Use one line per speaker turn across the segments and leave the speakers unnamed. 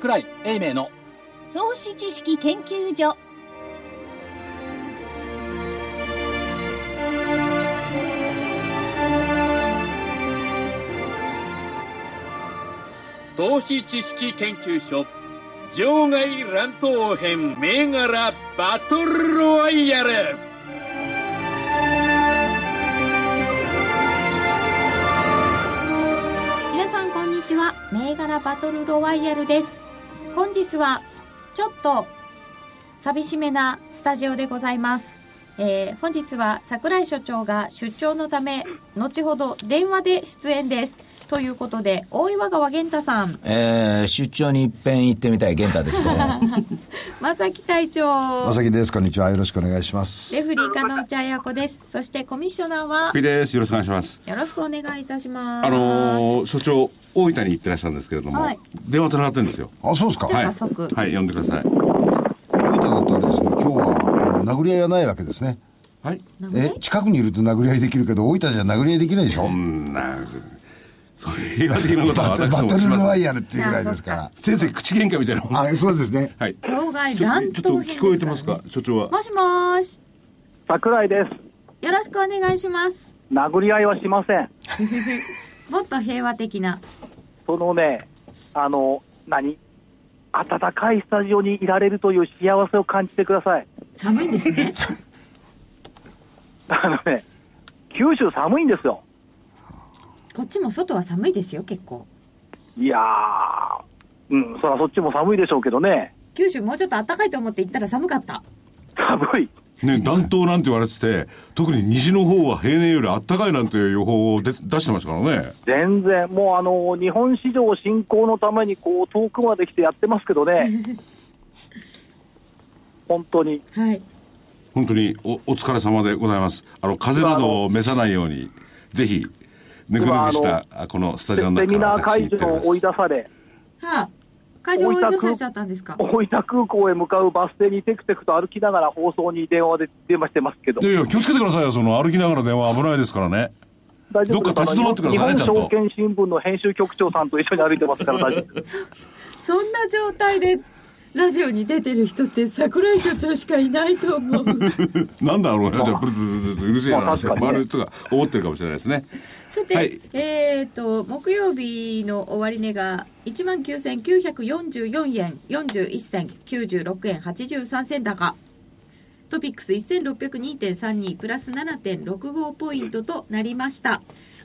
櫻井英明の
投資知識研究所。
投資知識研究所場外乱闘編銘柄バトルロワイヤル。
皆さんこんにちは。銘柄バトルロワイヤルです。本日はちょっと寂しめなスタジオでございます。本日は櫻井所長が出張のため後ほど電話で出演ですということで、大岩川源太さん、
出張に一遍行ってみたい源太ですと
正木隊長。
正木です。こんにちは。よろしくお願いします。
レフリー加納内彩子です。そしてコミッショナーは
福井です。よろしくお願いします。
よろしくお願いいたします。
所長大分に行ってらっしゃるんですけれども、はい、電話つながってるんですよ。
あ、そうですか。
じゃあ早速、
はい、呼んでください。
大分だとあれですね、今日は殴り合いはないわけですね。
はい。
近くにいると殴り合いできるけど大分じゃ殴り合いできないでしょ。
そんなそういう言われていることは私もします。
バトルロワイヤルっていうぐらいですから。
先生口喧嘩みたいな。
あ、そうですね。
はい。
場外乱闘編ですからね。
ちょっと聞こえてますか、所長は。
もしもーし。
櫻井です。
よろしくお願いします。
殴り合いはしません。
もっと平和的な。
そのね、暖かいスタジオにいられるという幸せを感じてください。
寒いんですね。
九州寒いんですよ。
こっちも外は寒いですよ、結構。
いやー、そらそっちも寒いでしょうけどね。
九州もうちょっと暖かいと思って行ったら寒かった。
寒い。
ね、暖冬なんて言われてて、特に西の方は平年より暖かいなんていう予報を出してましたからね。
全然もう日本市場振興のためにこう遠くまで来てやってますけどね。本当に、
はい、
本当に お疲れ様でございます。風邪などを召さないようにぜひぬくぬくしたこのスタジオの中から
セミナー会場を追い出され、
会場を追い出されちゃったんですか。
大分空港へ向かうバス停にテクテクと歩きながら放送に電話してますけど。
いや気をつけてくださいよ。その歩きながら電話危ないですからね。
大丈夫です。
どっか立ち止まってくださいね。
日本証券新聞の編集局長さんと一緒に歩いてますから大丈夫です。
そんな状態でラジオに出てる人って櫻井所長しかいないと思う。
なんだろうね。じゃあブルブルブルうるせえなって周りの人が思ってるかもしれないですね。
さて、はい、木曜日の終値が 19,944 円41銭96円83銭高。トピックス 1602.32 プラス 7.65 ポイントとなりました。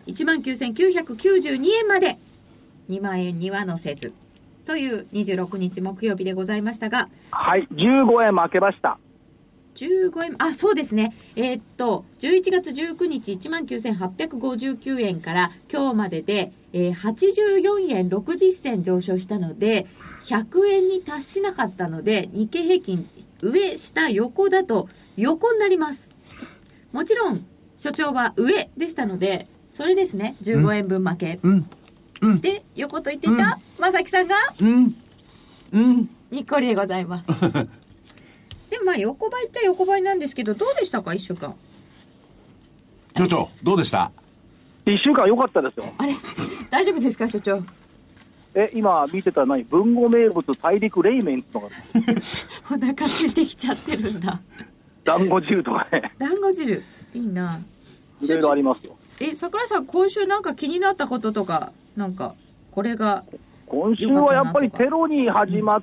19,992 円まで2万円には乗せずという26日木曜日でございましたが、
はい、15円負けました。
15円、そうですね。11月19日 19,859 円から今日までで、84円60銭上昇したので100円に達しなかったので、日経平均上下横だと横になります。もちろん所長は上でしたのでそれですね、15円分負け、で横と言っていた正木さんがにっこりでございます。でも横ばいっちゃ横ばいなんですけど、どうでしたか1週間。
所長どうでした。
1週間良かったですよ。
あれ大丈夫ですか所長。
今見てたのに文語名物大陸冷麺とか
お腹空いてきちゃってるんだ。
団子汁とかね。
団子汁いいな。
いろいろありますよ。
桜井さん今週なんか気になったこととか、なんかこれが
今週はやっぱりテロに始まって、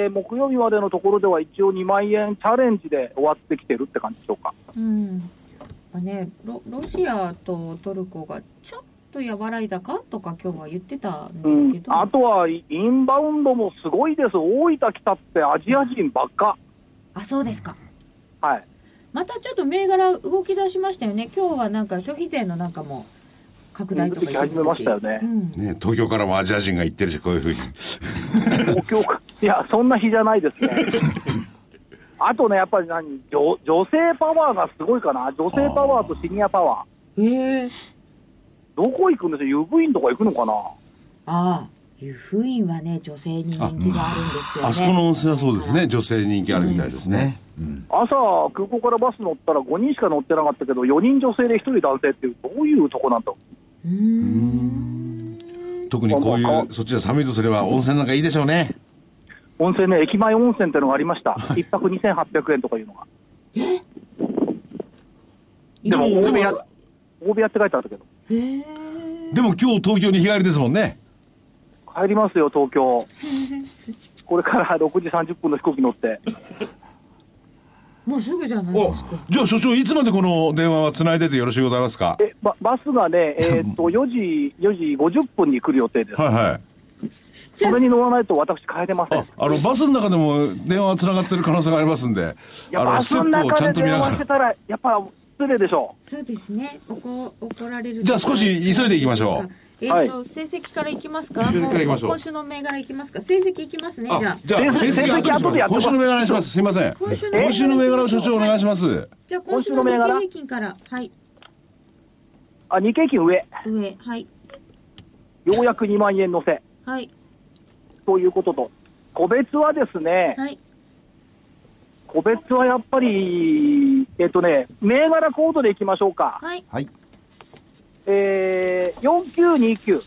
木曜日までのところでは一応2万円チャレンジで終わってきてるって感じでしょうか。
ロシアとトルコがちょっと和らいだかとか今日は言ってたんですけど、
あとはインバウンドもすごいです。大分来たってアジア人ばっか。
そうですか。
はい。
またちょっと銘柄動き出しましたよね。今日はなんか消費税のなんかも拡大とか
始めましたよね。
東京からもアジア人が行ってるし、こういうふうに。
東京か、いやそんな日じゃないですね。あとね、やっぱり女性パワーがすごいかな。女性パワーとシニアパワー。どこ行くんですよ。湯布院とか行くのかな。
湯布院はね、女性に人気があるんですよね。
あそこの温泉はそうですね、女性に人気あるみたいですね。
朝空港からバス乗ったら5人しか乗ってなかったけど、4人女性で1人男性っていう、どういうとこなんだろう。
特にこういうそっちは寒いとすれば温泉なんかいいでしょうね。
温泉ね、駅前温泉ってのがありました。1泊2800円とかいうのが。でも大部屋って書いてあったけど。
でも今日東京に日帰りですもんね。
帰りますよ、東京。これから6時30分の飛行機乗って。
もうすぐじゃないですか。
じゃあ所長、いつまでこの電話はつないでてよろしいございますか？
バスがね、4時50分に来る予定です。
はいはい。
それに乗らないと私帰れません。
バスの中でも電話つながってる可能性がありますんで、
バスの中で電話してたら、やっぱ失礼でしょ
う。そうですね。怒られる。
じゃあ少し急いでいきましょう。
成績からいきますか？今週の銘柄いきますか？成績いきますね、じゃあ。
じゃあ、成績後で今週の銘柄お願いします。すいません。今週の銘柄を所長お願いします。
じゃあ、今週の日経平均から。はい。
日経平均上。
はい。
ようやく2万円乗せ。
はい。
ということと、個別はですね、
はい。
個別はやっぱり、銘柄コードでいきましょうか。
はい。
はい。
4929。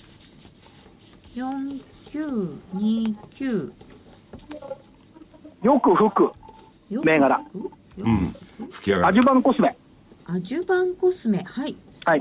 4929。
よく吹く銘柄。
吹き上がる。
アジュバンコスメ。
アジュバンコスメ。はい。
はい。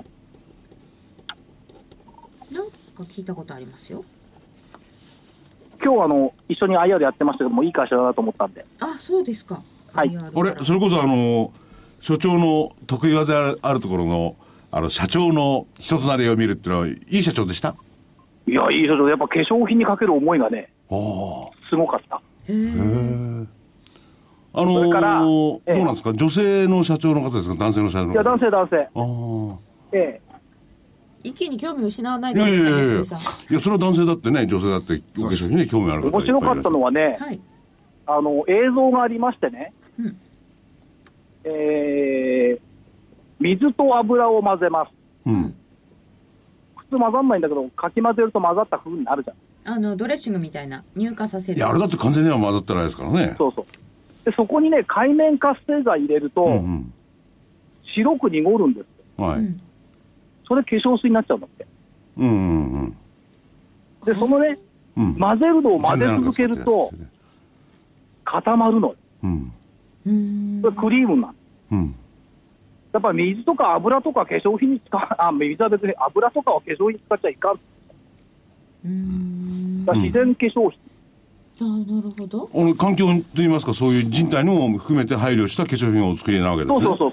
なんか聞いたことありますよ。
今日一緒に IR やってましたけども、いい会社だなと思ったんで。
あ、そうですか。
はい。
それこそ所長の得意技あるところの、社長の人となりを見るっていうのは、いい社長でした？
いや、いい社長。やっぱ化粧品にかける思いがね、すごかった。
それからどうなんですか？女性の社長の方ですか？男性の社長の方？
いや、男性。
一気に興味を失わないでください。
いや、それは男性だってね、女性だってお化粧品に興味ある方
面白かったのはね、
はい、
映像がありましてね、水と油を混ぜます。普通混ざんないんだけど、かき混ぜると混ざった風になるじゃん。
ドレッシングみたいな乳化させる。
いや、あれだって完全には混ざってないですからね。
そうで、そこにね、界面活性剤入れると、白く濁るんですよ。
はい。
それ化粧水になっちゃうんだって。で、そのね、混ぜるのを混ぜ続けると固まるのよ。これクリームになる。やっぱり水とか油とか化粧品に使う、水は別に油とかは化粧品に使っちゃいかん。自然化粧品。
なるほど。
環境といいますか、そういう人体にも含めて配慮した化粧品をお作りなわけですね。
そう。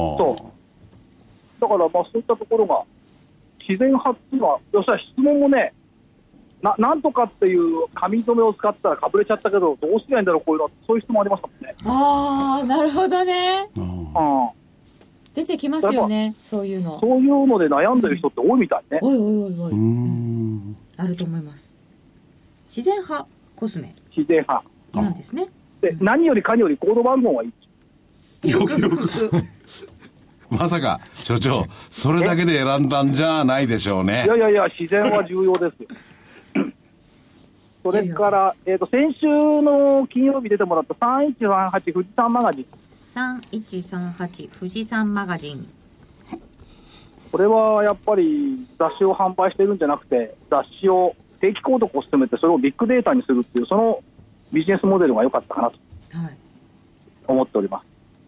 だからそういったところが自然派っていうのは、要するに質問もね、なんとかっていう紙留めを使ったらかぶれちゃったけど、どうすりゃいいんだろう、こういうの、そういう質問ありましたもんね。
なるほどね。出てきますよね、そういうの。
そういうので悩んでる人って多いみたいね。
おい。あると思います。自然派コスメ。
自然派。
なんですね。
で、何よりかによりコード番号がいい。
よく
まさか所長、それだけで選んだんじゃないでしょうね。
いや、自然は重要ですよ。それから、先週の金曜日出てもらった3138富士山マガジン。
3138富士山マガジン。
これはやっぱり雑誌を販売してるんじゃなくて、雑誌を定期購読を進めて、それをビッグデータにするっていう、そのビジネスモデルが良かったかなと思っております。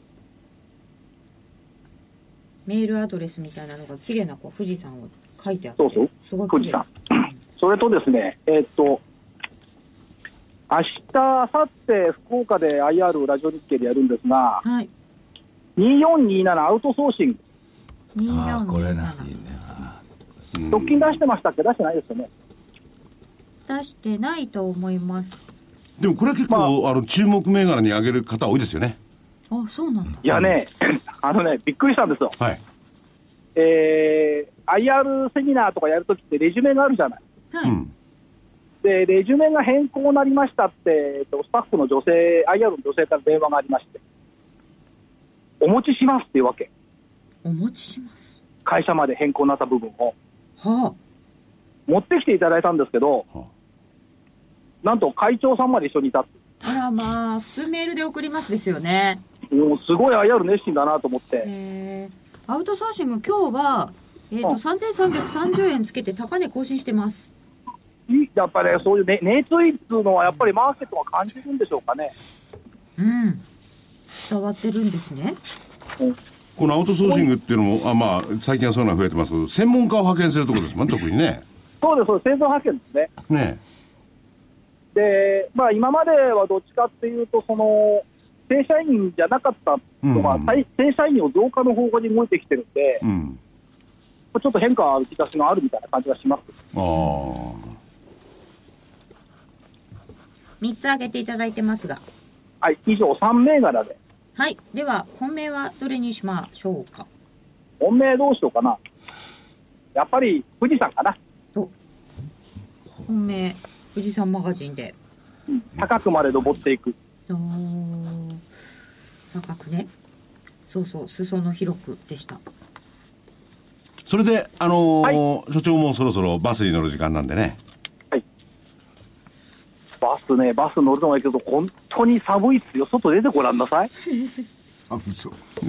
メールアドレスみたいなのが綺麗な富士山を書いてあって、
そう
すごい
富士山。それとですね、明日、明後日福岡で IR ラジオ日経でやるんですが、2427アウトソーシング。
これな。
直近出してましたっけ？出してないですよね。
出してないと思います。
でもこれは結構、注目銘柄に上げる方多いですよね。
そうなんだ。
いやね、びっくりしたんですよ。
はい。
IR セミナーとかやるときってレジュメがあるじゃない。で、レジュメが変更になりましたって、スタッフの女性、IR の女性から電話がありまして、お持ちしますっていうわけ。
お持ちします。
会社まで変更になった部分を。持ってきていただいたんですけど、なんと会長さんまで一緒にいたって。
普通メールで送りますですよね。
もうすごい IR 熱心だなと思って。
アウトソーシング今日は、3330円つけて高値更新してます。
やっぱり、ね、そういう、ね、熱意っていうのはやっぱりマーケットが感じるんでしょうかね。
伝わってるんですね。
このアウトソーシングっていうのも、まあ、最近はそういうのが増えてますけど、専門家を派遣するところですもん、特にね。
そうです、そうです、製造派遣ですね。
ね
で、まあ、今まではどっちかっていうと、正社員じゃなかったのが、正社員を増加の方向に動いてきてるんで、ちょっと変化は兆しがあるみたいな感じがします。
3つ挙げていただいてますが、
はい、以上3銘柄で。
はい、では本命はどれにしましょうか。
本命どうしようかな。やっぱり富士山かな。
本命富士山マガジンで、
高くまで登っていく。
高くね。そうそう、裾野広くでした。
それで所長もそろそろバスに乗る時間なんでね。
はい。バス乗るのがいいけど、本当に寒いっすよ。外出てごらんなさい。
寒そう。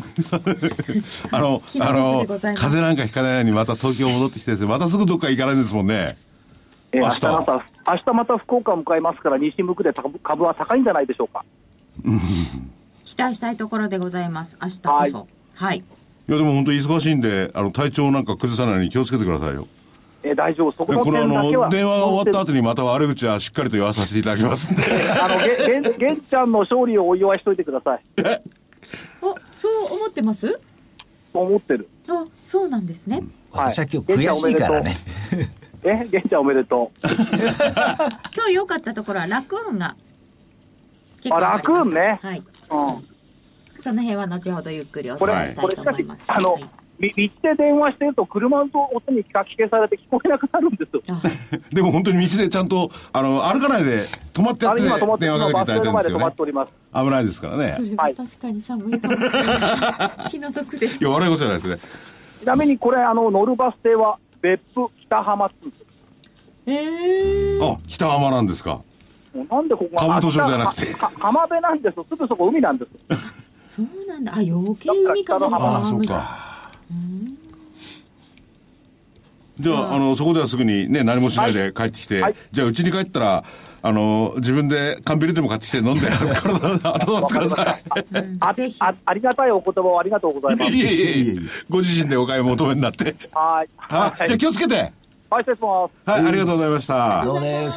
風なんかひかないようにまた東京戻ってきて、またすぐどっか行かないんですもんね。
明日また福岡向かいますから、西向くで株は高いんじゃないでしょうか。
期待したいところでございます。明日こそ。はい。
いやでも本当に忙しいんで、体調なんか崩さないように気をつけてくださいよ。
大丈夫。そこの点だけは。
電話が終わった後にまた悪口はしっかりと言わさせていただきますんで。
玄ちゃんの勝利をお祝いしといてください。
そう思ってます？
そう思ってる。
そうなんですね。
私は今日悔しいからね。
玄ちゃんおめでとう。
今日良かったところはラクーンが結構ありました。
ラクーンね。
はい。その辺は後ほどゆっくりお伝えしたいと思います。
道で電話してると車の音にかき消されて聞こえなくなるんですよ。
でも本当に道でちゃんと歩かないで止まってやって電話かけていただいてるんですよね。危ないですからね。
それは確かに寒いかもしれない。気の毒です。
いや悪いことじゃないですね。
ちなみにこれ乗るバス停は別府北浜って言うんです。
北浜なんですか。
なんでここ
が兜町じゃなくて
浜辺なんですよ。すぐそこ海なんです。
そうなんだ。余計海風が寒い。
そうか。じゃあ、そこではすぐにね何もしないで帰ってきて、じゃあうちに帰ったら自分で缶ビールでも買ってきて飲んで体温まってください。
ありがたいお言葉をありがとうございます。
ご自身でお買い求めになって。じゃあ気をつけて。
はい、失礼します。
はい、ありがとうございました。
どうです。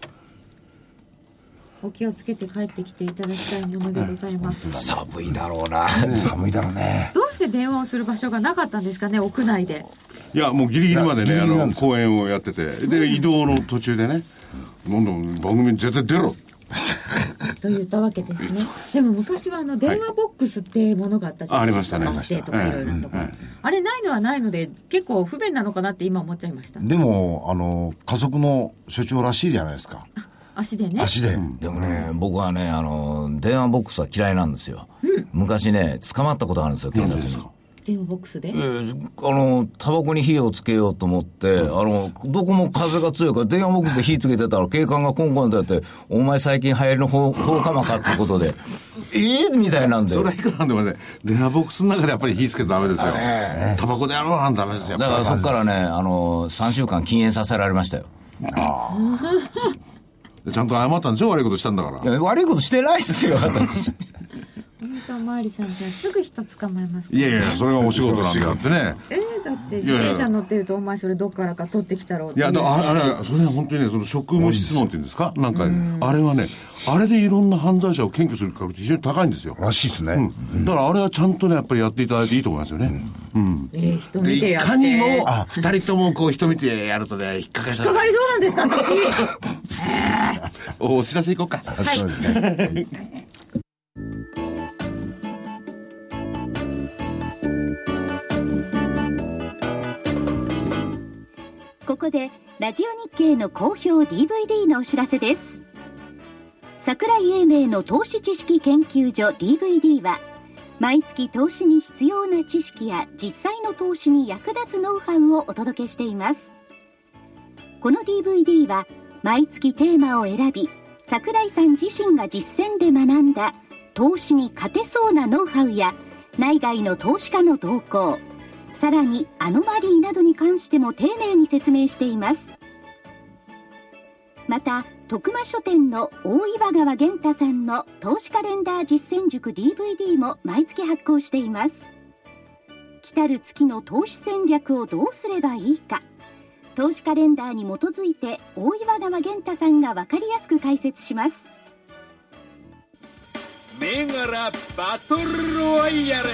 お気をつけて帰ってきていただきたいものでございます。
寒いだろうな。
寒いだろうね。
どうして電話をする場所がなかったんですかね、屋内で。
いやもうギリギリまでね公演をやってて、で移動の途中でね、どんどん番組に絶対出ろ
と言ったわけですね。でも昔は電話ボックスっていうものがあったじゃないですか。
ありましたね。
とかいろいろとか、あれないのはないので結構不便なのかなって今思っちゃいました。
でも家族の所長らしいじゃないですか。
足でね。
でもね、僕はね電話ボックスは嫌いなんですよ。昔ね捕まったことがあるんですよ、警察に。
電話ボックスで、
タバコに火をつけようと思って、どこも風が強いから電話ボックスで火つけてたら警官がコンコンってやって、お前最近流行りの放火魔かってことでみたいなんで。
それはいくらなんでもね、電話ボックスの中でやっぱり火つけてダメですよ。タバコでやろうなんてダメですよ。
だからそこからね3週間禁煙させられましたよ。
ちゃんと謝ったんでしょ、悪いことしたんだから。
いや悪いことしてないっすよ私。
本当マリさんじゃすぐ人捕まえますから。
いやそれがお仕事なんだってね。
だって自転車乗ってるとお前それどっからか取ってきたろうって。
いやあれそれは本当にね、その職務質問っていうんですか、なんか、あれはね、あれでいろんな犯罪者を検挙する確率非常に高いんですよ。
らしいですね。
だからあれはちゃんとねやっぱりやっていただいていいと思いますよね。
人見てやって。
いかにも2人ともこう人見てやるとね引っかかりそう
そうなんですか私。
お知らせいこうか。
そうですね。
ここでラジオ日経の好評 DVD のお知らせです。桜井英明の投資知識研究所 DVD は毎月投資に必要な知識や実際の投資に役立つノウハウをお届けしています。この DVD は毎月テーマを選び、桜井さん自身が実践で学んだ投資に勝てそうなノウハウや内外の投資家の動向、さらにアノマリーなどに関しても丁寧に説明しています。 また徳間書店の大岩川源太さんの投資カレンダー実践塾 DVD も毎月発行しています。来たる月の投資戦略をどうすればいいか、投資カレンダーに基づいて大岩川源太さんが分かりやすく解説します。
銘柄バトルロワイヤル。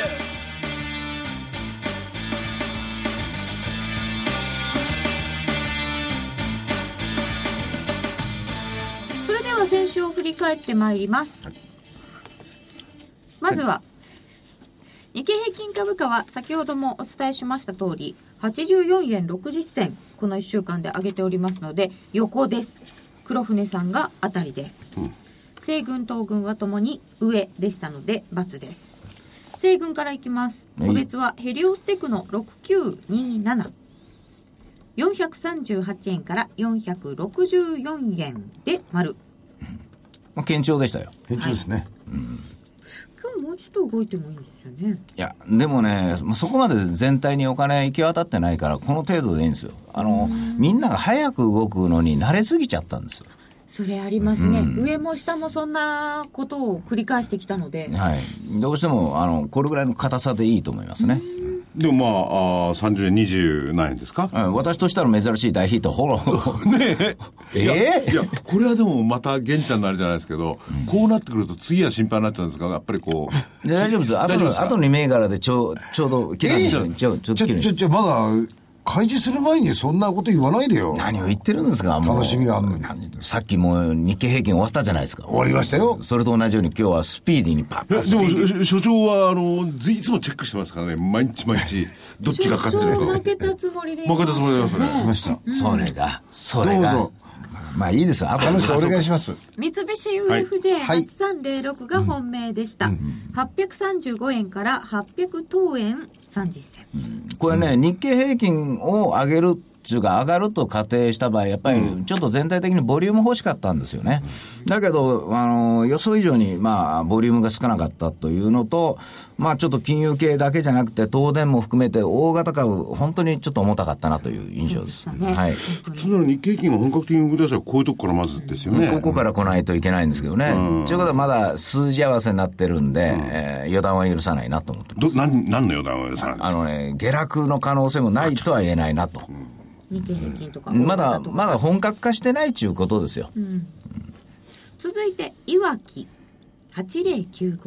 それでは先週を振り返ってまいります。まずは日経平均株価は先ほどもお伝えしました通り84円60銭この1週間で上げておりますので横です。黒船さんが当たりです、西軍東軍はともに上でしたので×です。西軍からいきます。個別はヘリオステクノ6927 438円から464円で丸。
堅調でしたよ。
堅調ですね、
今日もうちょっと動いてもいいんですよね。
いやでもねそこまで全体にお金行き渡ってないからこの程度でいいんですよ。みんなが早く動くのに慣れすぎちゃったんですよ。
それありますね、上も下もそんなことを繰り返してきたので、
はい、どうしてもこれぐらいの硬さでいいと思いますね。
でも30円20何円ですか、
私としたら珍しい大ヒットほら
ねえいやこれはでもまた玄ちゃんのあれじゃないですけど、こうなってくると次は心配になっちゃうんですがやっぱりこう
大丈夫です。あと2銘柄でちょうど切るんですよ。
ちょまだ開示する前にそんなこと言わないでよ。
何を言ってるんですか。もう
楽しみがあるのに。
さっきもう日経平均終わったじゃないですか。
終わりましたよ。
それと同じように今日はスピーディーにパッパッ。
でも所長はいつもチェックしてますからね。毎日どっちが勝ってるか。
負けたつもりで
負けたつもりでますね。
ました。
それが
どうぞ。
まあいいですよ。
お願いします。
三菱 UFJ8306 が本命でした、835円から800等円30銭、
これね、日経平均を上げるっていうか上がると仮定した場合やっぱりちょっと全体的にボリューム欲しかったんですよね、だけど予想以上にボリュームが少なかったというのと、ちょっと金融系だけじゃなくて東電も含めて大型株本当にちょっと重たかったなという印象です。はい。
普通なら日経平均が本格的に動き出したらこういうとこからまずですよね。
ここから来ないといけないんですけどね。ということはまだ数字合わせになってるんで、予断は許さないなと思ってます。
何の予断は許さないんですか。
下落の可能性もないとは言えないなと。
日経平均とか
まだ本格化してないということですよ、
続いていわき8095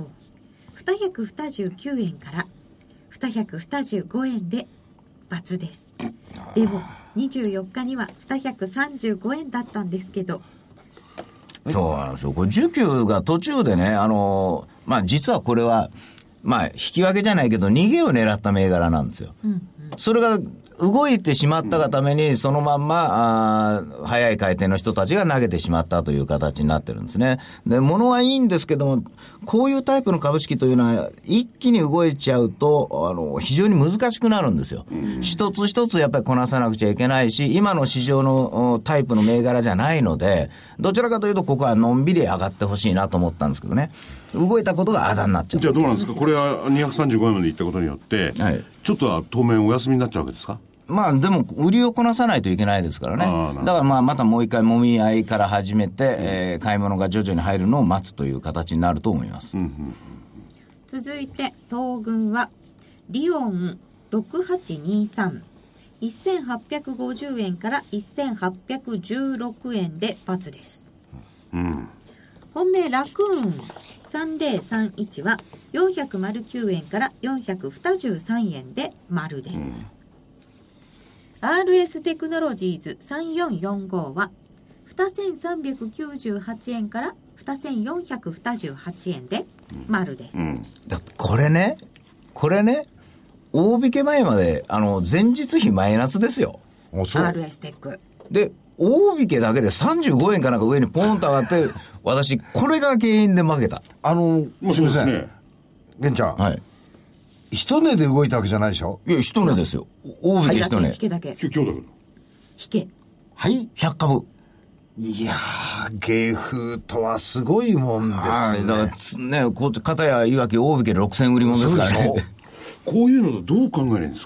229円から225円で×です。でも24日には235円だったんですけど、
そうなんですよ。これ需給が途中でね実はこれは引き分けじゃないけど逃げを狙った銘柄なんですよ、それが動いてしまったがためにそのまんま早い回転の人たちが投げてしまったという形になってるんですね。で物はいいんですけどもこういうタイプの株式というのは一気に動いちゃうと非常に難しくなるんですよ、一つ一つやっぱりこなさなくちゃいけないし今の市場のタイプの銘柄じゃないのでどちらかというとここはのんびり上がってほしいなと思ったんですけどね、動いたことがあだになっちゃう。
じゃあどうなんですか。これは235円までいったことによって、ちょっとは当面お休みになっちゃうわけですか。
でも売りをこなさないといけないですからね。だからまたもう一回もみ合いから始めて、買い物が徐々に入るのを待つという形になると思います、
続いて東軍はリオン6823 1850円から1816円で×です、本命ラクーン3031は409円から423円で丸です、RS テクノロジーズ3445は2398円から2428円で丸です、
だってこれね大引け前まで前日比マイナスですよ。
RS テック
で大引けだけで35円かなんか上にポンと上がって私これが原因で負けた。
すみません玄ちゃん、一値で動いたわけじゃないでしょ。
いや一値ですよ。大引け一値。
引けだけ。
今日だけど。
引け。
はい。
100株。
いやー、芸風とはすごいもんですね。
だからね、片やいわき大引け6000売りもんですからね。
こういうのどう考えるんですか。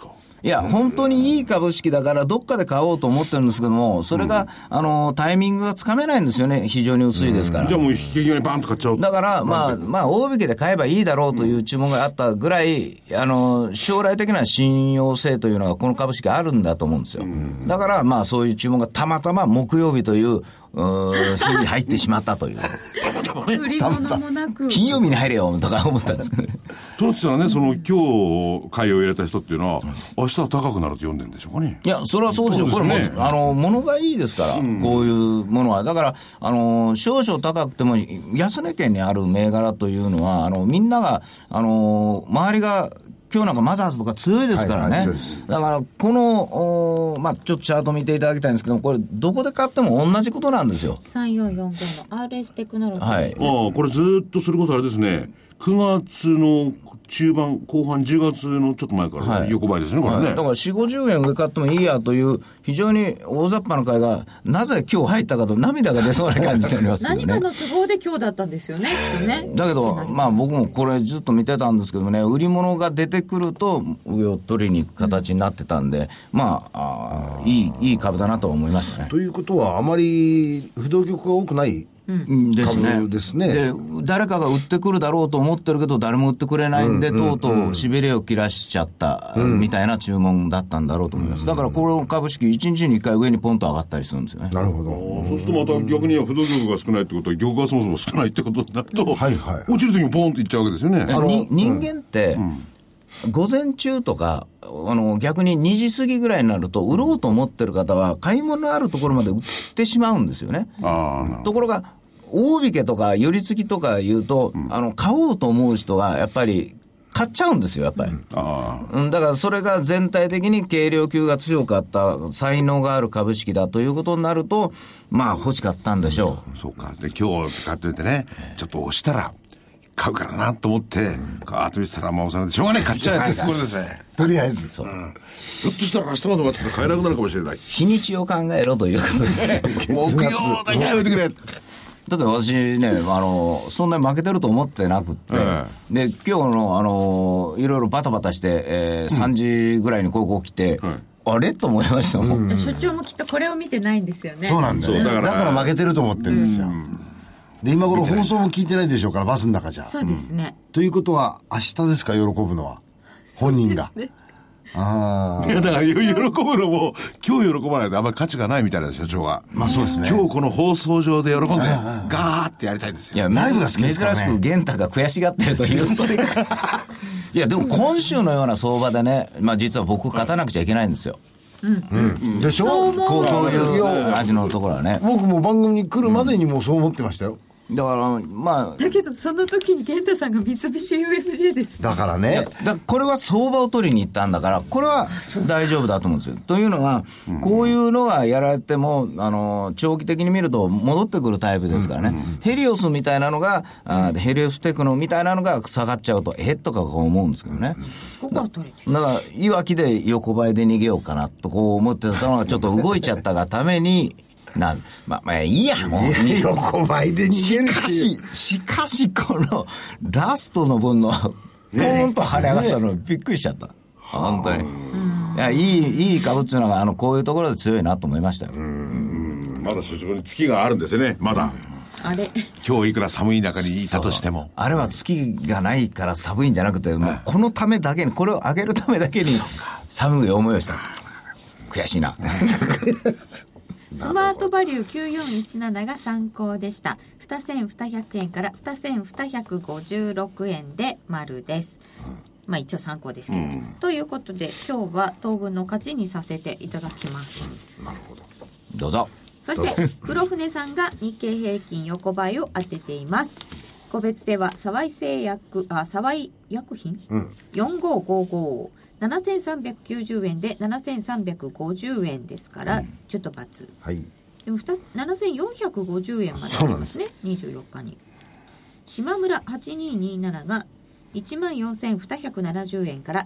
いや、本当にいい株式だからどっかで買おうと思ってるんですけども、それが、タイミングがつかめないんですよね。非常に薄いですから。
じゃあもう引き際にバンと買っちゃう。
だから、大引けで買えばいいだろうという注文があったぐらい、将来的な信用性というのがこの株式あるんだと思うんですよ。だから、そういう注文がたまたま木曜日という、日に入ってしまったという。
売り物もなく。
金曜日に入れよとか思ったんですけどね。
となってたらね、今日、買いを入れた人っていうのは、明日は高くなると読んでるんでしょうかね。
いや、それはそうでしょう。これも、物がいいですから、こういうものは。だから、少々高くても、安値圏にある銘柄というのは、みんなが、周りが、今日なんかマザーズとか強いですからね。だから、この、ちょっとチャート見ていただきたいんですけど、これ、どこで買っても同じことなんですよ。
3445の RS テクノロジー。
はい。
これずっとそれこそあれですね、9月の中盤、後半、10月のちょっと前から横ばいですね、これね。
だから4、50円上買ってもいいやという、非常に大雑把な買いが、なぜ今日入ったかと涙が出そうな感じになりますけどね。
何かの都合で今日だったんですよね、きっとね。
だけど、僕もこれずっと見てたんですけどね、売り物が出てくると、上を取りに行く形になってたんで、いい株だなと思いましたね。
ということは、あまり不動局が多くない株ですね。
で、誰かが売ってくるだろうと思ってるけど、誰も売ってくれないんで、とうとうしびれを切らしちゃった、みたいな注文だったんだろうと思います。だから、この株式、1日に1回上にポンと上がったりするんですよね。
なるほど。
そうするとまた逆に不動局が少ないってことは、玉がそもそも少ないってことになると、落ちるときにポンといっちゃうわけですよね。
人間って、午前中とか、逆に2時過ぎぐらいになると、売ろうと思ってる方は、買い物のあるところまで売ってしまうんですよね。ところが、大引けとか、寄り付きとか言うと、買おうと思う人が、やっぱり、買っちゃうんですよ、やっぱり。だからそれが全体的に軽量級が強かった、才能がある株式だということになると、欲しかったんでしょう。
そうか。で、今日買っておいてね、ちょっと押したら、買うからなと思って、ガーッと見てたら、押さないでしょうがない、買っちゃえって、これですね。
とりあえず。
ひょっとしたら明日まで待って買えなくなるかもしれない。
日にちを考えろということですよ。
木曜だけやめてくれ。
だって私ね、そんなに負けてると思ってなくって、で、今日の、いろいろバタバタして、3時ぐらいにここ来て、あれと思いましたもん。
所長もきっとこれを見てないんですよね。
そうなんだよね。だから負けてると思ってるんですよ。で、今頃放送も聞いてないでしょうから、バスの中じゃ。
そうですね。
ということは、明日ですか、喜ぶのは。本人が。
いや、だから喜ぶのも、今日喜ばないとあんまり価値がないみたいな所長は。
そうですね。
今日この放送上で喜んで、ガーってやりたいんですよ。
いや、ライブが好きですからね。珍しく玄太が悔しがってるという、それが。いや、でも今週のような相場でね、実は僕勝たなくちゃいけないんですよ。
でしょ？
こういう味のところはね。
僕も番組に来るまでにもそう思ってましたよ。
だから
だけどその時に健太さんが三菱 UFJ です、
だからね。
これは相場を取りに行ったんだから、これは大丈夫だと思うんですよ。というのが、こういうのがやられても、長期的に見ると戻ってくるタイプですからね。ヘリオスみたいなのが、ヘリオステクノみたいなのが下がっちゃうと、とか思うんですけどね。
ここは取れてる。
だから、いわきで横ばいで逃げようかなとこう思ってたのがちょっと動いちゃったがために、いいや、もう。
横ばいで逃げるっていう。
しかし、この、ラストの分の、ポーンと跳ね上がったのびっくりしちゃった。本当に。いい株っていうのが、こういうところで強いなと思いましたよ。
まだ所長に月があるんですよね、まだ。
あれ
今日いくら寒い中にいたとしても。
あれは月がないから寒いんじゃなくて、もうこのためだけに、これを上げるためだけに、寒い思いをした。悔しいな。
スマートバリュー9417が参考でした。2200円から2256円で丸です。一応参考ですけど、ということで今日は東軍の勝ちにさせていただきます。
なるほど。
どうぞ。
そして黒船さんが日経平均横ばいを当てています。個別では沢井薬品、4555 7390円で7350円ですから、ちょっと×、でも7450円までありますね。24日に島村8227が14,270円から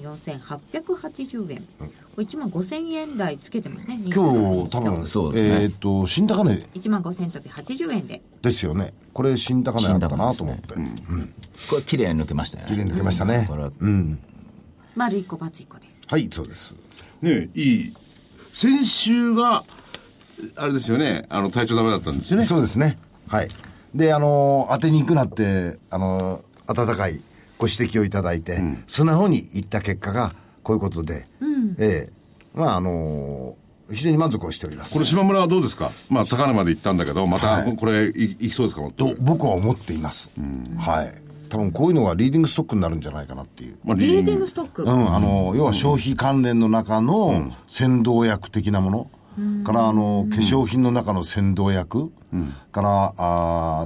14,880円、15,000円台つけてますね。
今日多分そうですね。新高値
15,000飛び80円で
ですよね。これ新高値あったなと思って、
これ綺麗に抜けましたね。
綺麗に抜けましたね。これは
丸1個×1個です。
はい、そうです。
ね、いい。先週が、あれですよね、体調ダメだったんですよね。
そうですね。はい。で、当てに行くなって、温かいご指摘をいただいて、素直に言った結果が、こういうことで、まあ、非常に満足をしております。
これ、島村はどうですか？まあ、高値まで行ったんだけど、また、これ、いきそうですか？
と、僕は思っています。はい。多分こういうのがリーディングストックになるんじゃないかなっていう。
リーディングストック？
要は消費関連の中の先導薬的なもの。から、化粧品の中の先導薬。から、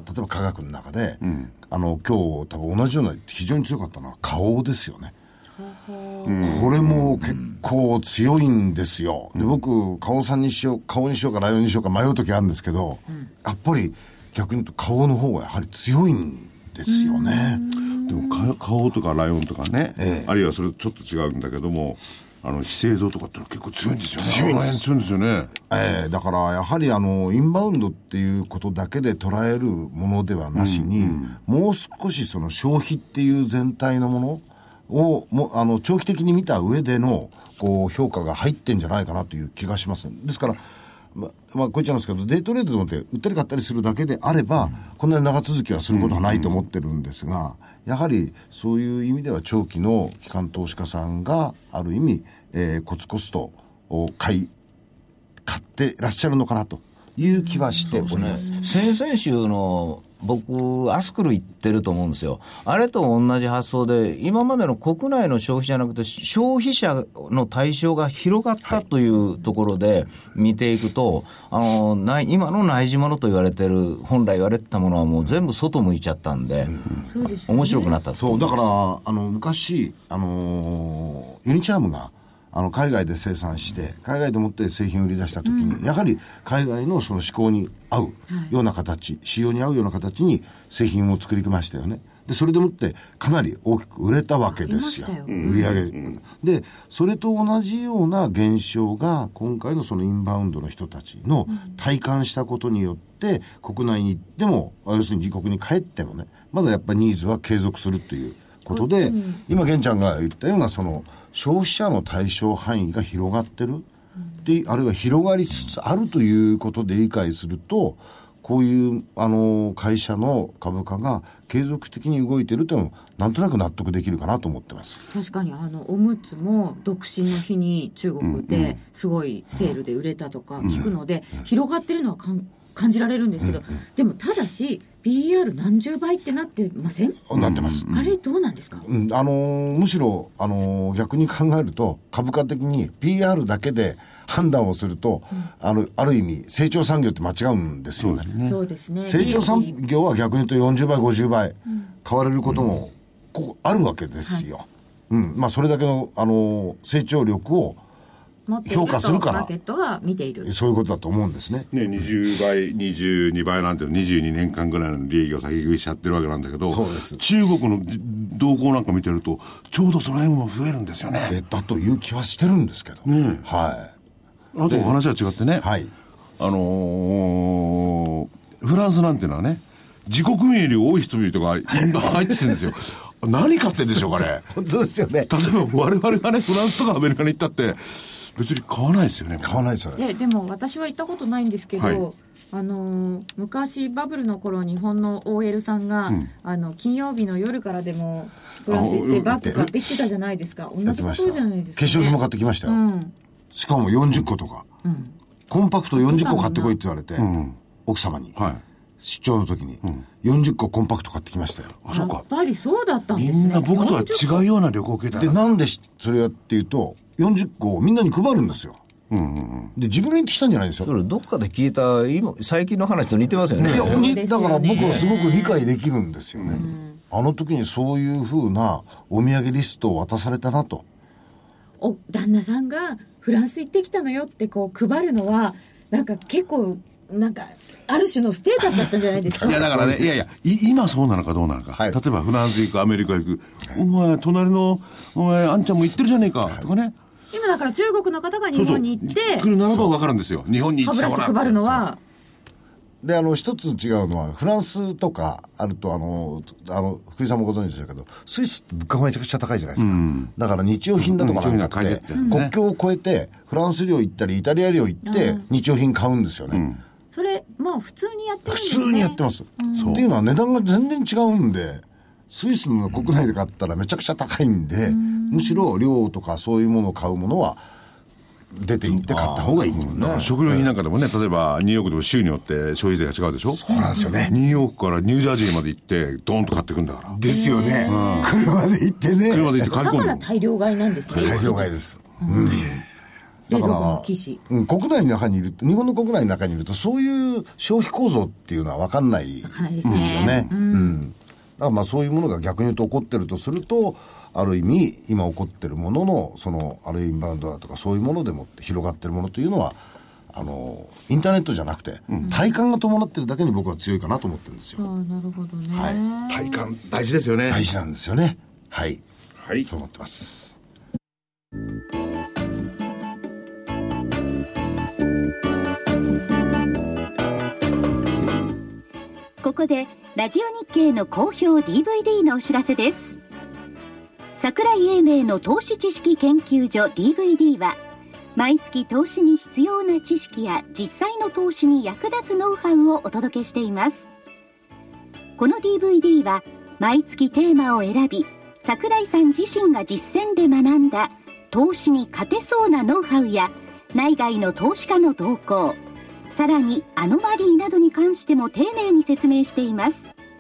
例えば科学の中で、今日多分同じような非常に強かったのは花王ですよね。これも結構強いんですよ。で、僕、花王さんにしよう、花王にしようかライオンにしようか迷う時あるんですけど、やっぱり逆に言うと花王の方がやはり強いんですよね。
でも花王とかライオンとかね、あるいはそれちょっと違うんだけども、資生堂とかって結構強いんですよね。強いんですよね。
だからやはりインバウンドっていうことだけで捉えるものではなしに、もう少しその消費っていう全体のものを長期的に見た上でのこう評価が入ってんじゃないかなという気がします。ですからこう言っちゃうんですけど、デイトレードでもって売ったり買ったりするだけであれば、こんなに長続きはすることはないと思ってるんですが、やはりそういう意味では長期の機関投資家さんがある意味、コツコツと買ってらっしゃるのかなという気はしております。
先々週の僕、アスクル行ってると思うんですよ。あれと同じ発想で、今までの国内の消費じゃなくて、消費者の対象が広がったというところで見ていくと、今の内需物と言われてる、本来言われてたものはもう全部外向いちゃったんで、面白くなったと。
そう、だから、昔、ユニチャームが、海外で生産して海外でもって製品を売り出したときに、やはり海外のその思考に合うような形、仕様に合うような形に製品を作りましたよね。でそれでもってかなり大きく売れたわけですよ。売り上げで、それと同じような現象が今回のそのインバウンドの人たちの体感したことによって、国内に行っても要するに自国に帰ってもね、まだやっぱりニーズは継続するということで、今玄ちゃんが言ったようなその消費者の対象範囲が広がってるで、あるいは広がりつつあるということで理解すると、こういう会社の株価が継続的に動いてるというのもなんとなく納得できるかなと思ってます。
確かにおむつも独身の日に中国ですごいセールで売れたとか聞くので、広がってるのは感じられるんですけど、でもただし BR 何十倍ってなってません？
なってます。
あれどうなんですか？
むしろ逆に考えると、株価的に PR だけで判断をすると、ある意味成長産業って間違うんですよね。
そうですね。
成長産業は逆に言うと40倍50倍買われることもあるわけですよ。まあそれだけの成長力を評価するから、
マーケットが見ている、
そういうことだと思うんですね。
20倍22倍なんて22年間ぐらいの利益を先食いしちゃってるわけなんだけど、
そうです。
中国の動向なんか見てるとちょうどその辺も増えるんですよね。
だという気はしてるんですけど、はい。
あと話は違ってね、
はい、
フランスなんていうのはね、自国民より多い人々が入ってきてるんですよ。何買ってんでしょうかね。
本当ですよね。
例えば我々がね、フランスとかアメリカに行ったって別に買わないですよね。
買わないですよね。
でも私は行ったことないんですけど、昔バブルの頃日本の OL さんが、金曜日の夜からでもフランス行ってバッグ買ってきてたじゃないですか。同じことじゃないですか、ね。
化粧品も買ってきましたよ。しかも40個とか、コンパクト40個買ってこいって言われて、奥様に、出張の時に、40個コンパクト買ってきましたよ。
やっぱりそうだったんですね。
みんな僕とは違うような旅行系だ。
で、なんでそれやっていうと、40個をみんなに配るんですよ。で、自分に行ってきたんじゃないんですよ。
それどっかで聞いた最近の話と似てますよね。
いや、だから僕はすごく理解できるんですよね。あの時にそういう風なお土産リストを渡されたなと。
旦那さんがフランス行ってきたのよってこう配るのは、なんか結構なんかある種のステータスだったんじゃないですか。
いやだからね、今そうなのかどうなのか、例えばフランス行く、アメリカ行く、お前隣のあんちゃんも行ってるじゃねえか、とかね。
今だから中国の方が日本に行って
来るならば分かるんですよ。日本に行って
歯ブラシ配るのは
で、一つ違うのは、フランスとか、あると、福井さんもご存知でしたけど、スイスって物価がめちゃくちゃ高いじゃないですか。だから日用品だとかなんかって、国境を越えて、フランス領行ったり、イタリア領行って、日用品買うんですよね。
それ、もう普通にやってるんですね。
普通にやってます。っていうのは値段が全然違うんで、スイスの国内で買ったらめちゃくちゃ高いんで、むしろ量とかそういうものを買うものは、出て行って買った方がいい、
食料品なんかでもね、例えばニューヨークでも州によって消費税が違うでしょ。
そうなんですよね。
ニューヨークからニュージャージーまで行ってドーンと買ってくんだから。
ですよね。車で行ってね。
車で行って買い込んで。
だから大量買いなんですね。
大量買いです。
冷蔵庫の機種。
国内の中にいると、日本の国内の中にいると、そういう消費構造っていうのは分かんないですよね。だからまあそういうものが逆に言うと起こってるとすると、ある意味今起こってるもののあるインバウンドだとかそういうものでもって広がってるものというのはインターネットじゃなくて、体感が伴ってるだけに僕は強いかなと思ってるんですよ。
なるほどね。
体感大事ですよね。
大事なんですよね。はい、
はい、
そう思ってます。
ここでラジオ日経の好評 DVD のお知らせです。桜井英明の投資知識研究所 DVD は毎月投資に必要な知識や実際の投資に役立つノウハウをお届けしています。この DVD は毎月テーマを選び、桜井さん自身が実践で学んだ投資に勝てそうなノウハウや内外の投資家の動向、さらにアノマリーなどに関しても丁寧に説明しています。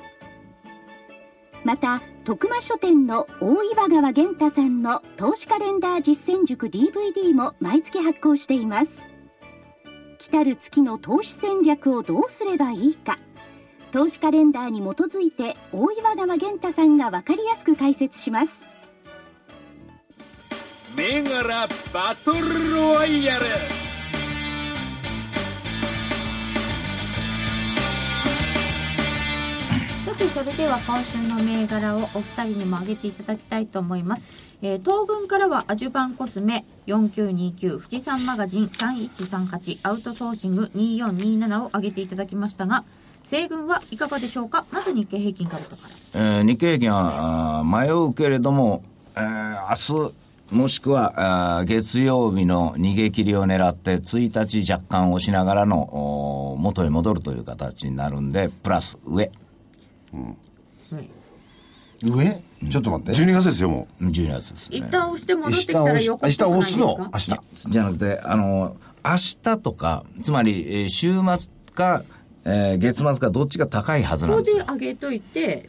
また徳間書店の大岩川源太さんの投資カレンダー実践塾 DVD も毎月発行しています。来たる月の投資戦略をどうすればいいか、投資カレンダーに基づいて大岩川源太さんが分かりやすく解説します。
銘柄バトルロワイヤル。
それでは今週の銘柄をお二人にも挙げていただきたいと思います。東軍からはアジュバンコスメ4929、富士山マガジン3138、アウトソーシング2427を挙げていただきましたが、西軍はいかがでしょうか。まず日経平均株価から。
日経平均は迷うけれども、明日もしくは月曜日の逃げ切りを狙って1日若干押しながらの元へ戻るという形になるんで、プラス上。
上ちょっと待って。
12月ですよ、もう。
12月ですね。
一旦押して戻ってきたら横
明日押すの明日。
じゃなくて、明日とか、つまり、週末か、月末かどっちが高いはずなんですよ。
ここで上げといて、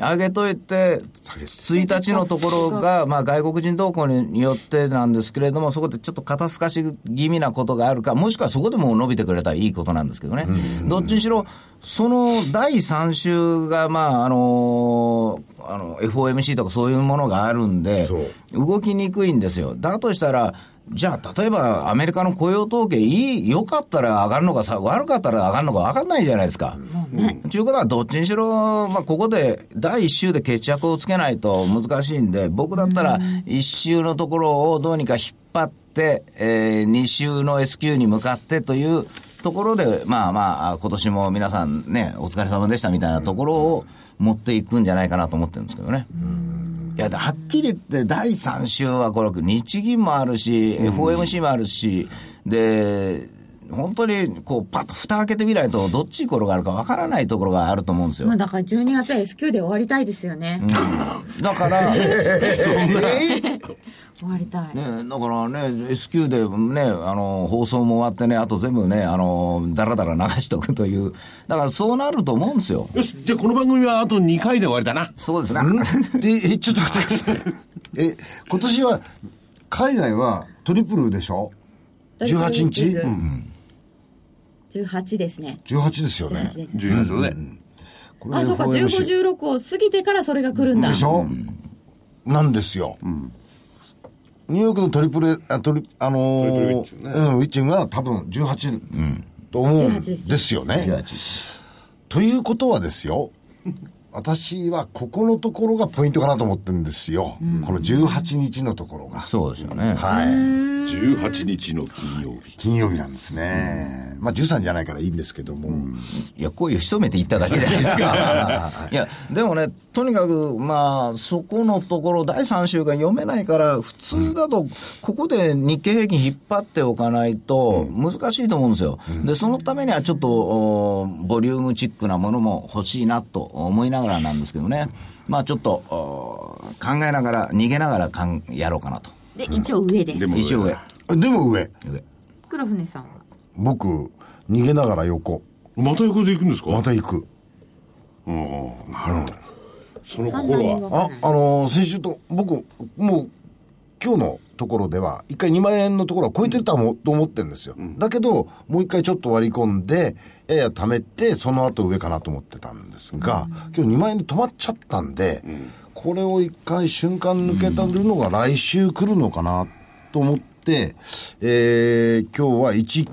1日のところが、まあ外国人動向によってなんですけれども、そこでちょっと肩透かし気味なことがあるか、もしくはそこでもう伸びてくれたらいいことなんですけどね。どっちにしろ、その第3週が、まあ、FOMC とかそういうものがあるんで、動きにくいんですよ。だとしたら、じゃあ、例えば、アメリカの雇用統計、良かったら上がるのか悪かったら上がるのか分かんないじゃないですか。ということは、どっちにしろ、まあ、ここで、第1週で決着をつけないと難しいんで、僕だったら、1週のところをどうにか引っ張って、2週の S q に向かってというところで、まあ、今年も皆さんね、お疲れ様でしたみたいなところを持っていくんじゃないかなと思ってるんですけどね。いや、はっきり言って第3週はこれ日銀もあるし、FOMC もあるし、で、本当にこうパッと蓋開けてみないとどっち転がるかわからないところがあると思うんですよ。
まあ、だから12月は S q で終わりたいですよね。
だから
終わりたい。
ね、だからね、S q でね、放送も終わってね、あと全部ね、だらだら流しとくという。だからそうなると思うんですよ。
よし、じゃあこの番組はあと2回で終わりだな。
そうですね。
ちょっと待ってください。今年は、海外はトリプルでしょ ?18 日、
18ですね。
18ですよね。
12月のね。
あ、そうか、15、16を過ぎてからそれが来るんだ。
でしょ、なんですよ。ニューヨークのトリプルウィッチングは多分18と思うんですよね。ということはですよ、私はここのところがポイントかなと思ってるんですよ。この18日のところが。
そうですよね。
はい。
18日の金曜日。
金曜日なんですね。まあ13じゃないからいいんですけども。
いや、声を潜めて言っただけじゃないですか。いや、でもね、とにかく、まあ、そこのところ、第3週が読めないから、普通だと、ここで日経平均引っ張っておかないと、難しいと思うんですよ。で、そのためにはちょっと、ボリュームチックなものも欲しいなと思いながらなんですけどね。まあ、ちょっと、考えながら、逃げながらやろうかなと。
で、一応上です。
一応上。
でも上。
黒船さんは
僕、逃げながら横。
また横で行くんですか？
また行く。
なるほど。その心
は先週と僕もう今日のところでは1回2万円のところは超えてたと思ってるんですよ、だけどもう1回ちょっと割り込んでやや貯めてその後上かなと思ってたんですが、今日2万円で止まっちゃったんで、これを1回瞬間抜けたるのが来週来るのかなと思って、今日は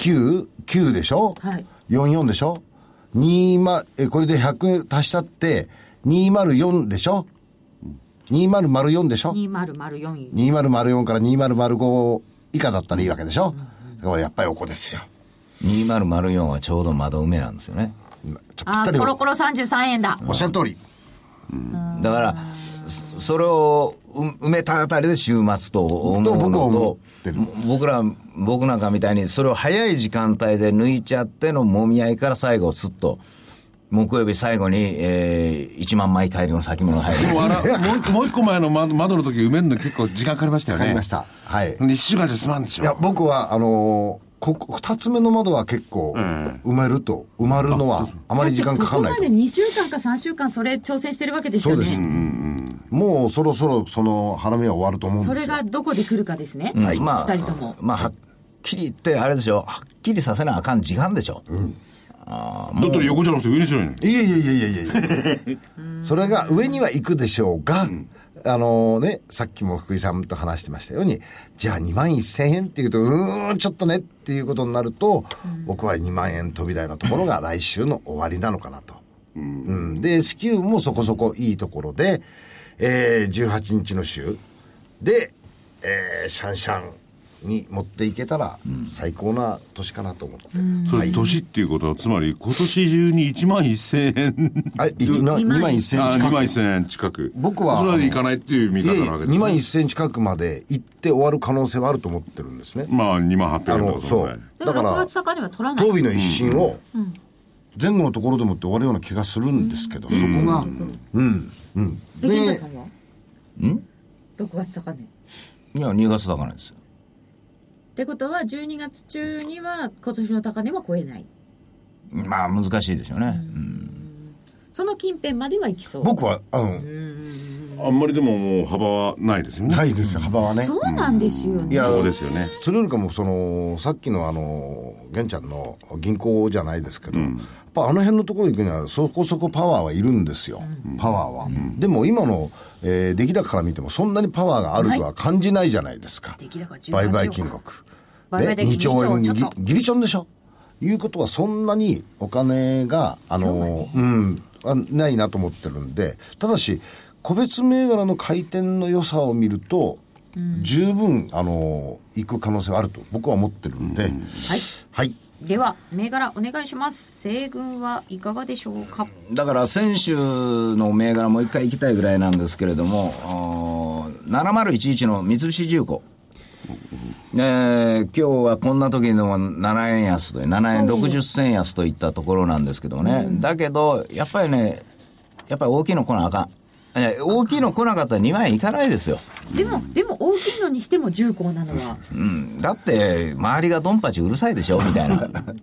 199でしょ、はい、44でしょ、これで100足したって2004でしょ、2004でしょ、2004から2005以下だったらいいわけでしょ、だからやっぱりおこですよ。
2004はちょうど窓埋めなんですよね。
コロコロ33円だ。
おっしゃる通り。
だからそれを埋めたあたりで週末と思うのと、僕なんかみたいにそれを早い時間帯で抜いちゃってのもみ合いから最後すっと木曜日最後に、1万枚帰りの先物入る。
もう一個前の窓の時埋めるの結構時間かかりましたよね。
かかりました。はい。
1週間じゃ済まんでしょ。
いや、僕は、2つ目の窓は結構、埋まるのはあまり時間かかんないと。
ここまで2週間か3週間それ挑戦してるわけですよね。そうです。
もうそろそろその花見は終わると思うんですよ。
それがどこで来るかですね。
はい。
まあ、2人とも。
まあ、はっきり言って、あれでしょ。はっきりさせなあかん時間でしょ。
だったら横じゃなくて上にするの。
いやそれが上には行くでしょうが、さっきも福井さんと話してましたように、じゃあ21,000円っていうとちょっとねっていうことになると、僕は2万円飛び台のところが来週の終わりなのかなと、で支給もそこそこいいところで、18日の週で、シャンシャンに持っていけたら最高な年かなと思って、
それ年っていうことはつまり今年中に11,000円21,000円近く、
僕は
それはでいかないっていう見方なわけですね。
21,000円近くまで行って終わる可能性はあると思ってるんですね。
まあ28,000円だと。
そう
だから6月高値は取らない。
当日の一新を前後のところでもって終わるような気がするんですけど、そこが
で金田さんは6月高値、
いや2月高値ですよ。
ってことは12月中には今年の高値は超えない。
まあ難しいでしょうね、
その近辺までは行きそう。
僕は
あんまりでももう幅はないですよね。
ないですよ、幅はね。
そうなんですよね。
いや、
そうですよね。
それよりかもさっきの玄ちゃんの銀行じゃないですけど、やっぱあの辺のところ行くにはそこそこパワーはいるんですよ、パワーは、でも今の、出来高から見てもそんなにパワーがあるとは感じないじゃないですか、売買金額で2兆円ギリションでしょ。いうことはそんなにお金がないなと思ってるんで、ただし個別銘柄の回転の良さを見ると、十分行く可能性はあると僕は思ってるんで、はい、
では銘柄お願いします。西軍はいかがでしょうか。
だから先週の銘柄もう一回行きたいぐらいなんですけれども、7011の三菱重工、今日はこんな時の7円安と7円60銭安といったところなんですけどもね、だけどやっぱり大きいの来なあかん。大きいの来なかったら2万円いかないですよ。
でも大きいのにしても重工なのは、
だって周りがドンパチうるさいでしょみたいな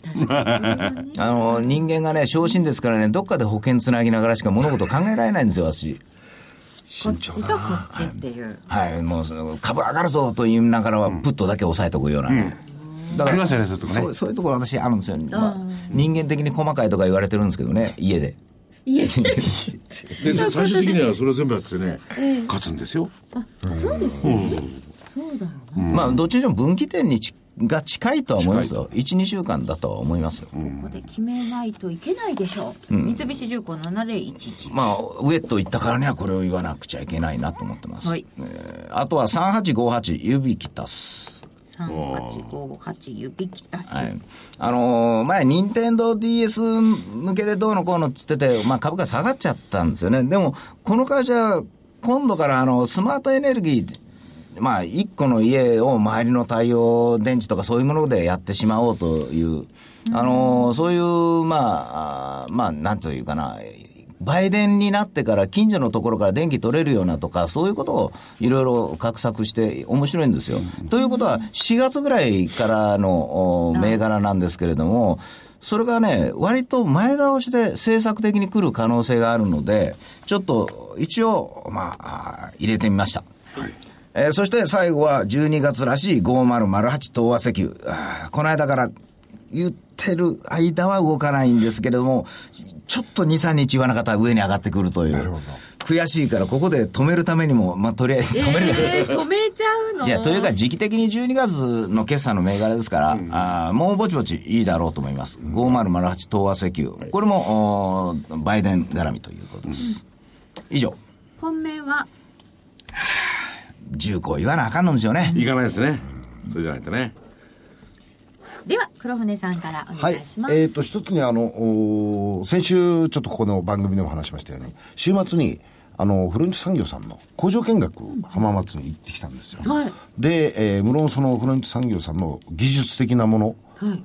人間がね小心ですからね、どっかで保険つなぎながらしか物事考えられないんですよ私。
こっちとこっちっていう、
もう株上がるぞと言いながらはプッとだけ押さえておくようなね、
だからありますよね、そういうとこね。
そういうところ私あるんですよ、人間的に細かいとか言われてるんですけどね、家で
で最終的にはそれを全部やってね、勝つんですよ。
そうですね、そうだよね。
まあどっちにしても分岐点が近いとは思いますよ。 1,2 週間だとは思いますよ。
ここで決めないといけないでしょう、三菱重工7011、
まあ上と言ったからにはこれを言わなくちゃいけないなと思ってます、あとは3858ユビキタス、
3858指きたし、
はい、前任天堂 DS 向けでどうのこうのっつってて、株価下がっちゃったんですよね。でもこの会社今度からスマートエネルギー、一個の家を周りの太陽電池とかそういうものでやってしまおうという、そういうなんというかな、売電になってから近所のところから電気取れるようなとか、そういうことをいろいろ画策して面白いんですよ。ということは4月ぐらいからの銘柄なんですけれども、それがね、割と前倒しで政策的に来る可能性があるので、ちょっと一応入れてみました。はい、そして最後は12月らしい5008東和石油。この間から言ってる間は動かないんですけれども、ちょっと 2,3 日言わなかったら上に上がってくるという。悔しいからここで止めるためにも、とりあえず止める、
止めちゃうの？
いや、というか時期的に12月の決算の銘柄ですから、もうぼちぼちいいだろうと思います。5008東和石油。これもバイデン絡みということです。以上。
本命は
重工言わなあかんのですよね。
いかないですね。それじゃないとね。
では黒船さんからお願いします。
一つに先週ちょっとここの番組でも話しましたように、週末にフレンチ産業さんの工場見学浜松に行ってきたんですよ。はい、で、無論そのフレンチ産業さんの技術的なもの、はい、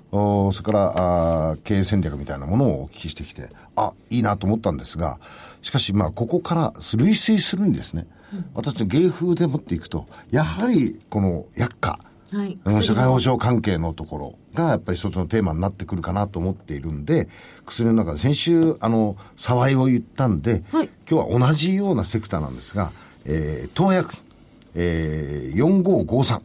それから経営戦略みたいなものをお聞きしてきて、いいなと思ったんですが、しかしここから類推するにですね、私の芸風で持っていくと、やはりこの薬価、はい、社会保障関係のところがやっぱり一つのテーマになってくるかなと思っているんで、薬の中で先週沢井を言ったんで、はい、今日は同じようなセクターなんですが、東和薬品、4553。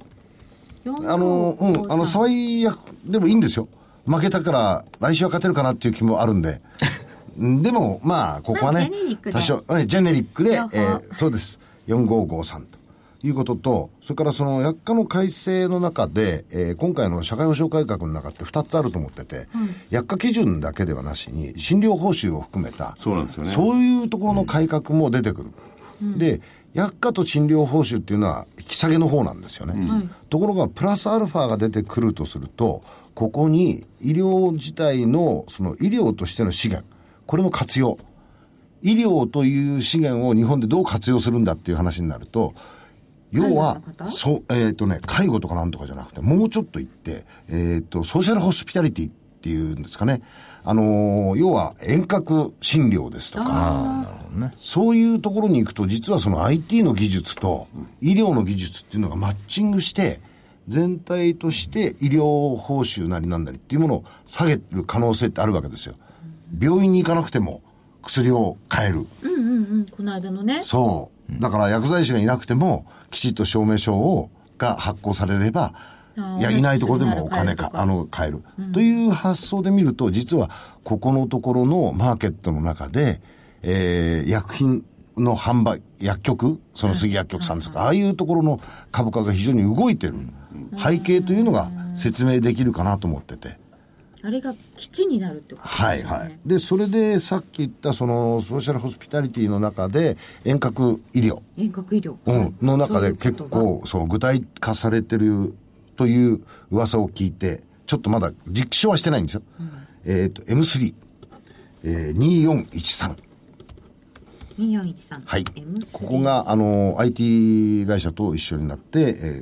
沢井薬でもいいんですよ。負けたから来週は勝てるかなっていう気もあるんで。でもここはね、多少ジェネリックで、そうです。4553ということと、それからその薬価の改正の中で、今回の社会保障改革の中って2つあると思ってて、薬価基準だけではなしに診療報酬を含めた、そうなんですよね。そういうところの改革も出てくる。で、薬価と診療報酬っていうのは引き下げの方なんですよね。ところがプラスアルファが出てくるとすると、ここに医療自体のその医療としての資源、これの活用、医療という資源を日本でどう活用するんだっていう話になると、要は、介護とかなんとかじゃなくて、もうちょっと言って、ソーシャルホスピタリティっていうんですかね。要は遠隔診療ですとか、そういうところに行くと、実はその IT の技術と医療の技術っていうのがマッチングして、全体として医療報酬なりなんなりっていうものを下げる可能性ってあるわけですよ。病院に行かなくても薬を買える。
この間のね。
そう。だから薬剤師がいなくても、きちっと証明書が発行されれば、いないところでもお金買える。という発想で見ると、実はここのところのマーケットの中で、薬品の販売、薬局、その杉薬局さんですか、ああいうところの株価が非常に動いてる背景というのが説明できるかなと思ってて。
あれが基地になるってことですね。
はいはい。で、それでさっき言ったそのソーシャルホスピタリティの中で遠隔医療。の中で結構具体化されてるという噂を聞いて、ちょっとまだ実証はしてないんですよ。M3、2413。
2413。
はい。ここが、IT 会社と一緒になって、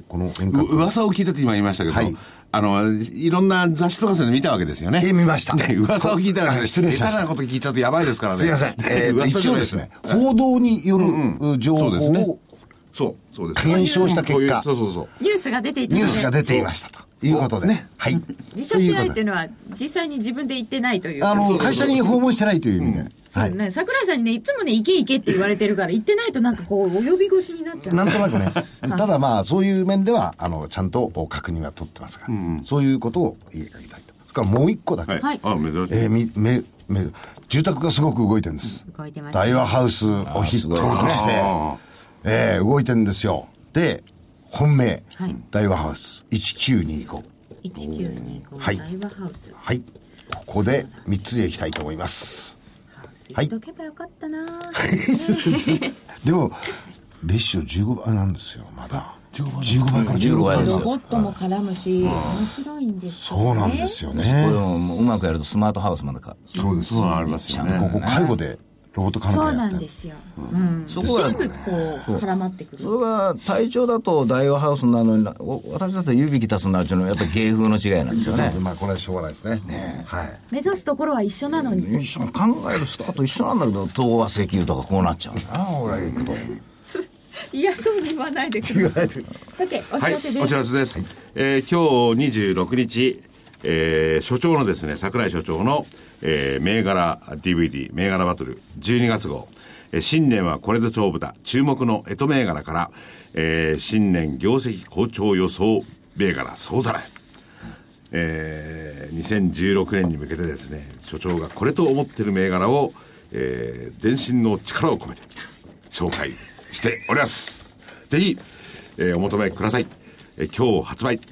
この遠隔。
噂を聞いてて今言いましたけど、はい。いろんな雑誌とかそういうの見たわけですよね。
見ました。
ね、噂を聞いたら、
失礼しました。
下手なこと聞いちゃうとやばいですからね。
すいません。一応ですね、報道による情報を、
そうです。
検証した結果、
ニュースが出ていた
ニュースが出ていましたということで。ね。はい。
実証しないっていうのは、実際に自分で行ってないという。
会社に訪問してないという意味で。
そうね、桜井さんにね、いつもね、行けって言われてるから、行ってないとなんかこう、お呼び越しになっちゃう。
なんとなくね。ただそういう面では、ちゃんと確認は取ってますが、そういうことを言いたいと。それからもう一個だけ。
はい。
住宅がすごく動いてるんです。
動いてます。
大和ハウスを筆頭として、動いてるんですよ。で、本命、大和ハウス1925。
1925、
はい。
大和ハウス。
はい。ここで3つでいきたいと思います。
はい。行っとけばよかったな
でも、レシオ15倍なんですよ、まだ。 15倍から16倍ですよ。
ロボットも絡むし、面白いんですよね。
そうなんですよね。
これもうまくやるとスマートハウスまでか。
そうです。
そうありますよね。
ここ介護でロボット関係やって
そうなんですよ。
そこは
全部こう絡まってくる。
それが体調だと大和ハウスになるのに、私だと湯引き立つになるっていうのはやっぱり芸風の違いなんですよね。
まあこれはしょうがないですね。はい。
目指すところは一緒なのに。
一緒に考えるスタート一緒なんだけど、東和石油とかこうなっちゃうんだな、俺行くと。
嫌そうに言わないでください。さて、お知らせです。
お知らせです。今日26日、所長のですね、櫻井所長の、銘柄 DVD、銘柄バトル12月号、新年はこれで勝負だ、注目の干支銘柄から、新年業績好調予想銘柄総ざらい。2016年に向けてですね、所長がこれと思っている銘柄を、全身の力を込めて紹介しております。ぜひ、お求めください。今日発売、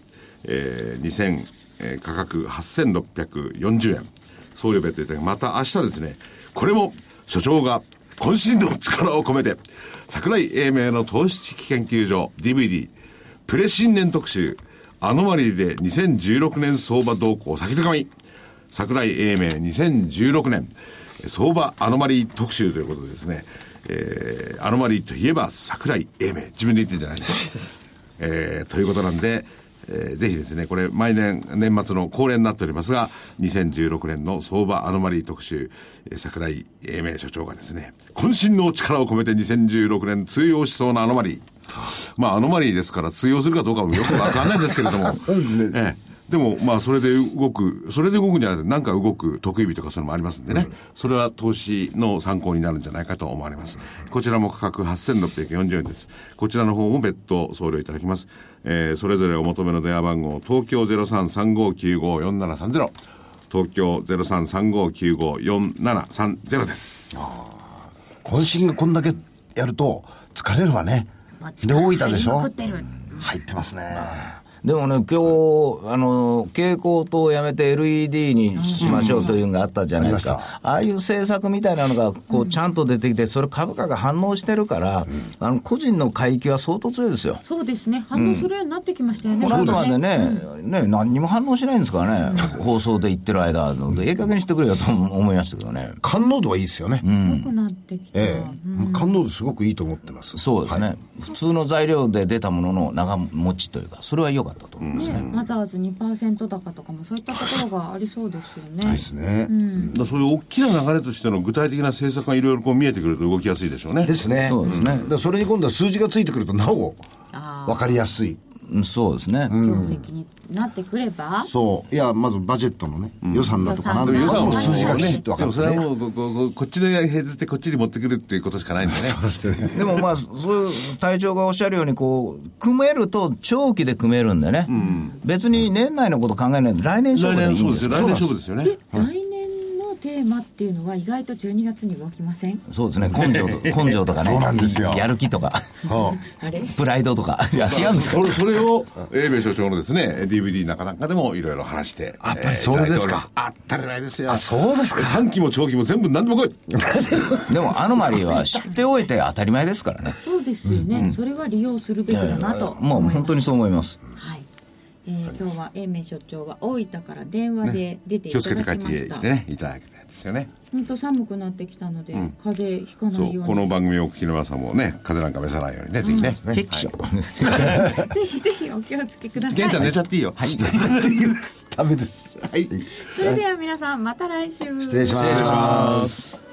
価格8640円。送料別途いただき、また明日ですね、これも所長が渾身の力を込めて、櫻井英明の投資知識研究所 DVD プレ新年特集、アノマリーで2016年相場動向先高み、櫻井英明2016年相場アノマリー特集ということでですね、アノマリーといえば櫻井英明、自分で言ってるんじゃないですか。ということなんで、ぜひですね、これ毎年年末の恒例になっておりますが、2016年の相場アノマリー特集、櫻井英明所長がですね、渾身の力を込めて2016年通用しそうなアノマリー。まあアノマリーですから通用するかどうかもよくわかんないんですけれども。
そうですね。
でもまあそれで動くんじゃなくて、なんか動く得意日とかそういうのもありますんでね、それは投資の参考になるんじゃないかと思われます。こちらも価格8640円です。こちらの方も別途送料いただきます。それぞれお求めの電話番号、東京 0335954730、東京 0335954730 です。
渾身がこんだけやると疲れるわね。で大分でしょ、入ってますね。
でもね、今日、蛍光灯をやめて LED にしましょうというのがあったじゃないですか。ああいう政策みたいなのが、こう、ちゃんと出てきて、それ株価が反応してるから、個人の買い気は相当強いですよ。
そうですね。反応するようになってきましたよね。
この間までね、何にも反応しないんですからね。放送で言ってる間、ええ加減にしてくれよと思いましたけどね。
感濃度はいいですよね。
良くなってきた。
感濃度すごくいいと思ってます。
そうですね。普通の材料で出たものの長持ちというか、それは良かったと思いますね。
マザーズ 2% 高とかもそういったところがありそうですよね。
ですね。
だそういう大きな流れとしての具体的な政策がいろいろこう見えてくると動きやすいでしょうね。
ですね。
そうですね。
それに今度は数字がついてくるとなお分かりやすい。
そうですね。
業績になってくれば、
そう。いや、まずバジェットのね、予算だとかなんだとかの数字がきちっと分かる、ね。
でもそれはもうこっちの削ってこっちに持ってくるっていうことしかないんでね。
でもまあ、そういう隊長がおっしゃるように、こう、組めると長期で組めるんでね。別に年内のこと考えないで、来年勝負でいいんですよ。
来年勝負ですよね。
で、来年のテーマっていうのは意外と12月に動きません？
そうですね。根性とかね。
そうなんですよ。
やる気とか。
そう。
あれ？
プライドとか。いや、違うんですか？
それを、英明所長のですね、DVD なんかでもいろいろ話して。
やっぱりそうですか。
当たり前ですよ。
あ、そうですか。
短期も長期も全部何でも来い。
でも、アノマリーは知っておいて当たり前ですからね。
そうですよね。それは利用するべきだなと。
もう本当にそう思います。
はい。今日は英明所長は大分から電話で出ていただきました。
気をつけて帰ってきてね、いただきたいですよね。
本当寒くなってきたので、風邪ひかないように。
そう、この番組をお聞きの皆さんもね、風邪なんか召さないようにね、ぜひね。
ヘキション。
ぜひぜひお気をつけください。
玄ちゃん寝ちゃっていいよ。
はい。
ダメです。はい。
それでは皆さん、また来週。
失礼します。